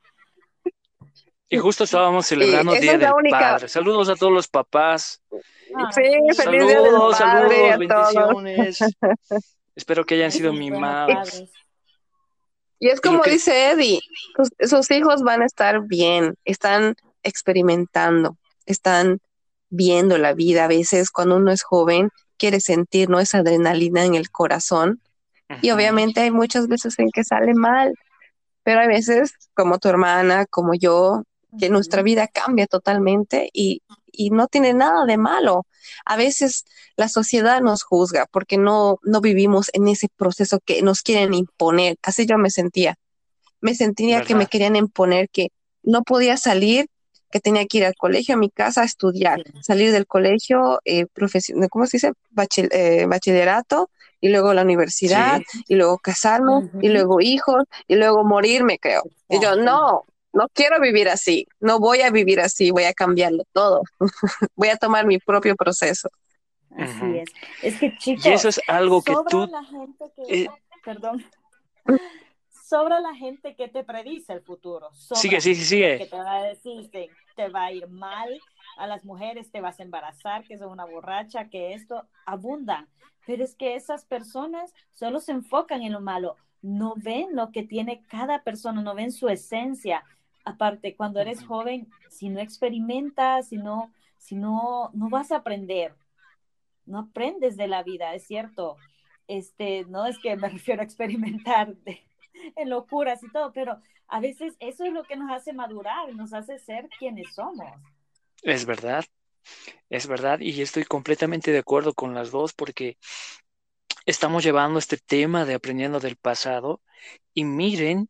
Y justo estábamos Y celebrando esa Día es la del única. Padre. Saludos a todos los papás. Sí, Ah, sí. feliz día del Saludos, padre saludos, a todos. bendiciones. Espero que hayan sido Esos buenos Y, mimados. padres. y es Y lo como que, dice Eddie, sus, sus hijos van a estar bien, están experimentando, están viendo la vida. A veces cuando uno es joven, quiere sentir, ¿no?, esa adrenalina en el corazón. Y ujú, obviamente hay muchas veces en que sale mal, pero hay veces, como tu hermana, como yo, que nuestra Ujú. vida cambia totalmente y, y no tiene nada de malo. A veces la sociedad nos juzga porque no, no vivimos en ese proceso que nos quieren imponer. Así yo me sentía. Me sentía que me ¿verdad? querían imponer que no podía salir, que tenía que ir al colegio, a mi casa a estudiar, Sí. salir del colegio, eh, profesio- ¿cómo se dice? Bachil- eh, bachillerato, y luego la universidad, Sí. y luego casarme, y Ujú. luego hijos, y luego morirme, creo. Y yo, Exacto. no, no quiero vivir así, no voy a vivir así, voy a cambiarlo todo, voy a tomar mi propio proceso. Así Ujú. es. Es que Y eso chicos, es algo que sobra tú... la gente que, eh, perdón, sobra la gente que te predice el futuro, sigue, sobra sigue, gente que sigue. te va a decir que te va a ir mal, a las mujeres te vas a embarazar, que sos una borracha, que esto abunda. Pero es que esas personas solo se enfocan en lo malo, no ven lo que tiene cada persona, no ven su esencia. aparte, cuando eres joven, si no experimentas, si no, si no, no vas a aprender, no aprendes de la vida, es cierto. Este, no es que me refiero a experimentar de, en locuras y todo, pero a veces eso es lo que nos hace madurar, nos hace ser quienes somos. Es verdad, es verdad, y estoy completamente de acuerdo con las dos porque estamos llevando este tema de aprendiendo del pasado y miren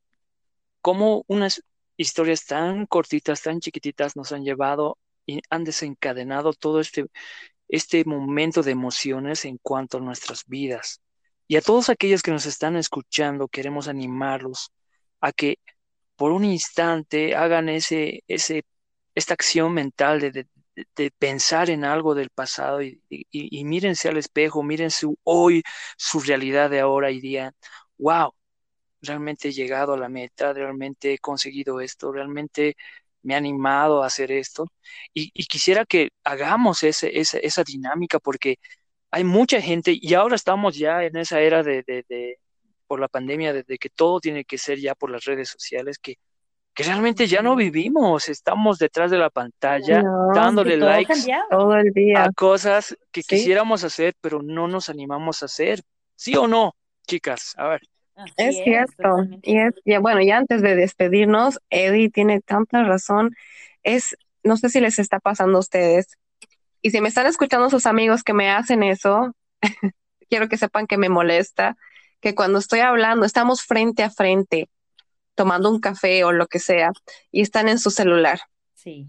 cómo unas historias tan cortitas, tan chiquititas nos han llevado y han desencadenado todo este, este momento de emociones en cuanto a nuestras vidas. Y a todos aquellos que nos están escuchando, queremos animarlos a que por un instante hagan ese, ese, esta acción mental de, de- de pensar en algo del pasado y, y, y mírense al espejo, miren su hoy, su realidad de ahora y digan, wow, realmente he llegado a la meta, realmente he conseguido esto, realmente me ha animado a hacer esto. Y, y quisiera que hagamos ese, esa, esa dinámica porque hay mucha gente y ahora estamos ya en esa era de, de, de por la pandemia, de, de que todo tiene que ser ya por las redes sociales, que, que realmente ya no Sí. vivimos, estamos detrás de la pantalla No, Es que dándole todo ha likes todo cambiado. el día, a cosas que sí. quisiéramos hacer, pero no nos animamos a hacer. ¿Sí o no, chicas? A ver. Así Es es, cierto. totalmente. Y es, ya, bueno, ya antes de despedirnos, Eddie tiene tanta razón. Es, no sé si les está pasando a ustedes. Y si me están escuchando sus amigos que me hacen eso, quiero que sepan que me molesta, que cuando estoy hablando, estamos frente a frente, tomando un café o lo que sea, y están en su celular. Sí.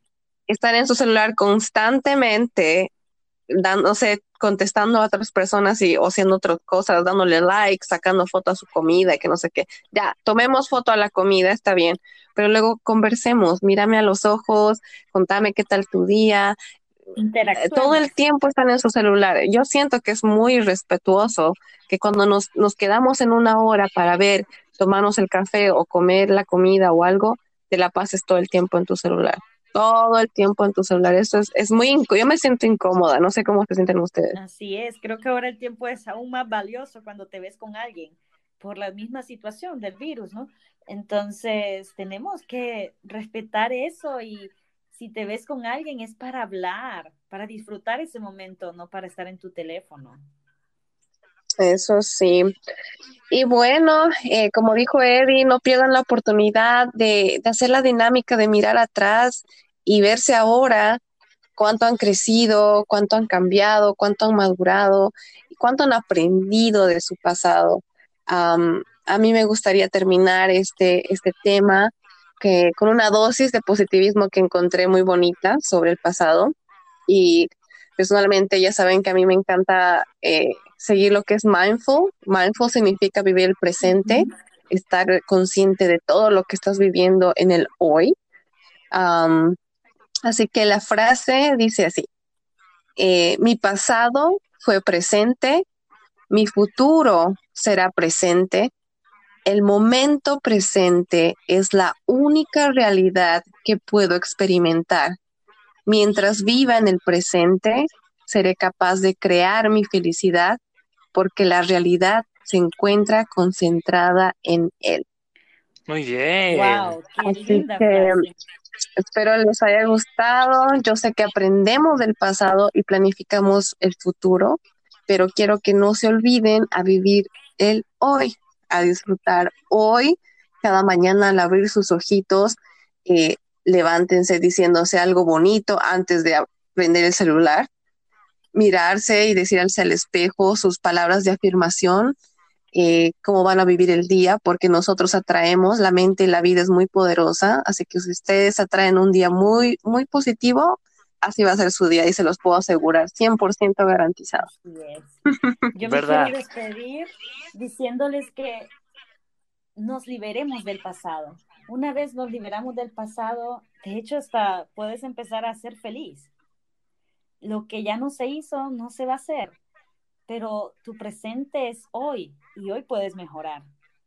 Están en su celular constantemente dándose, contestando a otras personas y o haciendo otras cosas, dándole like, sacando foto a su comida y que no sé qué. Ya, tomemos foto a la comida, está bien, pero luego conversemos, mírame a los ojos, contame qué tal tu día. Eh, Todo Interactuemos. el tiempo están en su celular. Yo siento que es muy irrespetuoso que cuando nos, nos quedamos en una hora para ver, tomarnos el café o comer la comida o algo, te la pases todo el tiempo en tu celular. Todo el tiempo en tu celular. Eso es, es muy, inco- yo me siento incómoda. No sé cómo se sienten ustedes. Así es, creo que ahora el tiempo es aún más valioso cuando te ves con alguien por la misma situación del virus, ¿no? Entonces, tenemos que respetar eso y si te ves con alguien es para hablar, para disfrutar ese momento, no para estar en tu teléfono. Eso sí. Y bueno, eh, como dijo Eddie, no pierdan la oportunidad de, de hacer la dinámica de mirar atrás y verse ahora cuánto han crecido, cuánto han cambiado, cuánto han madurado y cuánto han aprendido de su pasado. Am, a mí me gustaría terminar este, este tema que, con una dosis de positivismo que encontré muy bonita sobre el pasado. Y personalmente ya saben que a mí me encanta eh, seguir lo que es mindful. Mindful significa vivir el presente, Ujú. estar consciente de todo lo que estás viviendo en el hoy. Am, así que la frase dice así: eh, mi pasado fue presente, mi futuro será presente, el momento presente es la única realidad que puedo experimentar. Mientras viva en el presente, seré capaz de crear mi felicidad porque la realidad se encuentra concentrada en él. Muy bien. Wow, qué Así linda que frase. espero les haya gustado. Yo sé que aprendemos del pasado y planificamos el futuro, pero quiero que no se olviden a vivir el hoy, a disfrutar hoy. Cada mañana al abrir sus ojitos, eh, levántense diciéndose algo bonito antes de prender el celular, mirarse y decirse al espejo sus palabras de afirmación, eh, cómo van a vivir el día, porque nosotros atraemos, la mente y la vida es muy poderosa, así que si ustedes atraen un día muy, muy positivo, así va a ser su día y se los puedo asegurar, cien por ciento garantizado. Así es. Yo me quiero ¿Verdad? despedir diciéndoles que nos liberemos del pasado. Una vez nos liberamos del pasado, de hecho, hasta puedes empezar a ser feliz. Lo que ya no se hizo, no se va a hacer, pero tu presente es hoy y hoy puedes mejorar.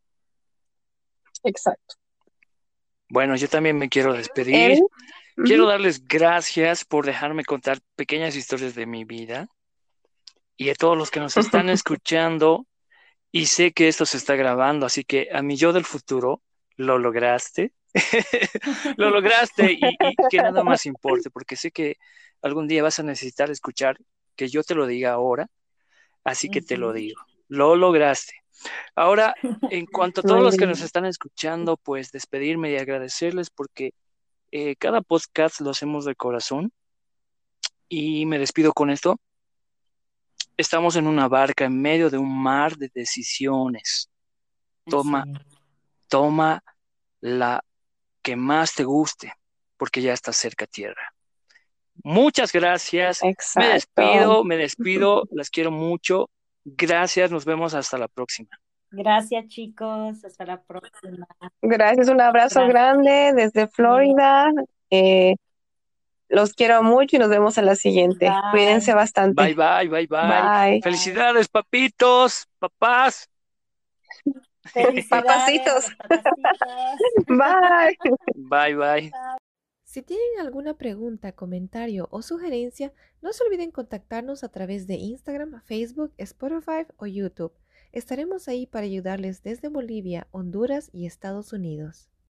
Exacto. Bueno, yo también me quiero Eddie, despedir. Quiero ujú. darles gracias por dejarme contar pequeñas historias de mi vida y a todos los que nos están escuchando. Y sé que esto se está grabando, así que a mi yo del futuro, lo lograste. Lo lograste y, y que nada más importe, porque sé que algún día vas a necesitar escuchar que yo te lo diga ahora, así que te lo Ujú. digo. Lo lograste. Ahora, en cuanto a todos Muy los que nos bien. están escuchando, pues despedirme y agradecerles porque eh, cada podcast lo hacemos de corazón y me despido con esto. Estamos en una barca en medio de un mar de decisiones. Así Toma, es. toma la que más te guste, porque ya está cerca tierra. Muchas gracias. Me Exacto. despido, me despido. Las quiero mucho. Gracias. Nos vemos hasta la próxima. Gracias, chicos. Hasta la próxima. Gracias, un abrazo Gracias. grande desde Florida. Eh, los quiero mucho y nos vemos en la siguiente. Bye. Cuídense Bye, bastante. bye, bye, bye. Bye. Bye. Felicidades, papitos, papás. Felicidades, Papacitos. los papacitos. Bye. Bye, bye. Si tienen alguna pregunta, comentario o sugerencia, no se olviden contactarnos a través de Instagram, Facebook, Spotify o YouTube. Estaremos ahí para ayudarles desde Bolivia, Honduras y Estados Unidos.